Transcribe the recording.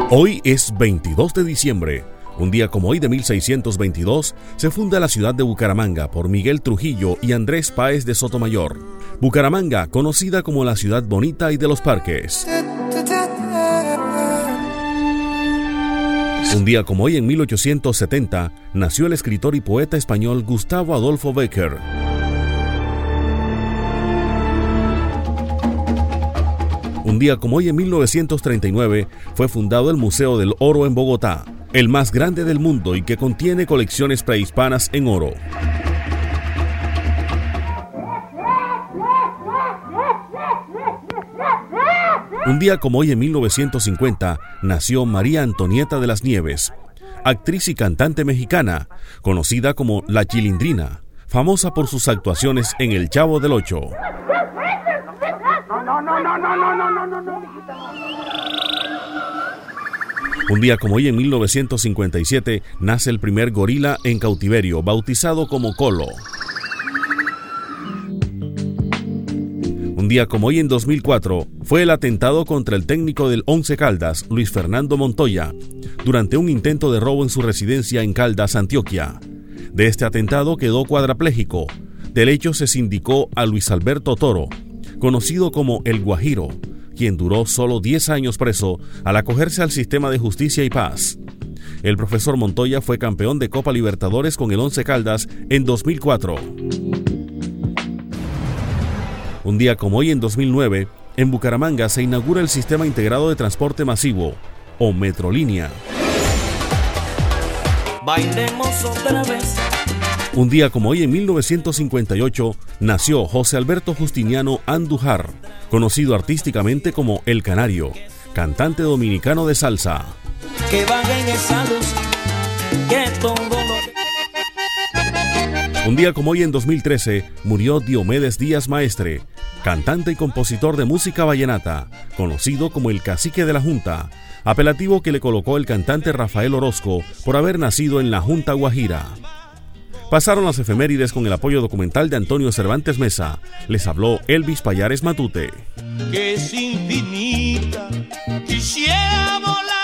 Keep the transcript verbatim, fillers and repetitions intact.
Hoy es veintidós de diciembre. Un día como hoy de mil seiscientos veintidós se funda la ciudad de Bucaramanga por Miguel Trujillo y Andrés Páez de Sotomayor. Bucaramanga, conocida como la ciudad bonita y de los parques. Un día como hoy en mil ochocientos setenta nació el escritor y poeta español Gustavo Adolfo Bécquer. Un día como hoy en mil novecientos treinta y nueve fue fundado el Museo del Oro en Bogotá, el más grande del mundo y que contiene colecciones prehispanas en oro. Un día como hoy en mil novecientos cincuenta nació María Antonieta de las Nieves, actriz y cantante mexicana, conocida como La Chilindrina, famosa por sus actuaciones en El Chavo del Ocho. No, no, no, no, no, no, no, no, no. Un día como hoy en mil novecientos cincuenta y siete nace el primer gorila en cautiverio, bautizado como Colo. Un día como hoy en dos mil cuatro fue el atentado contra el técnico del Once Caldas, Luis Fernando Montoya, durante un intento de robo en su residencia en Caldas, Antioquia. De este atentado quedó cuadrapléjico. Del hecho se sindicó a Luis Alberto Toro, conocido como El Guajiro, quien duró solo diez años preso al acogerse al sistema de justicia y paz. El profesor Montoya fue campeón de Copa Libertadores con el Once Caldas en dos mil cuatro. Un día como hoy en dos mil nueve, en Bucaramanga se inaugura el Sistema Integrado de Transporte Masivo, o Metrolínea. Bailemos otra vez. Un día como hoy en mil novecientos cincuenta y ocho nació José Alberto Justiniano Andújar, conocido artísticamente como El Canario, cantante dominicano de salsa. Que bajen esa luz, que todo lo... Un día como hoy en dos mil trece murió Diomedes Díaz Maestre, cantante y compositor de música vallenata, conocido como el Cacique de la Junta, apelativo que le colocó el cantante Rafael Orozco por haber nacido en la Junta Guajira. Pasaron las efemérides con el apoyo documental de Antonio Cervantes Mesa. Les habló Elvis Payares Matute. Que es infinita, quisiera volar.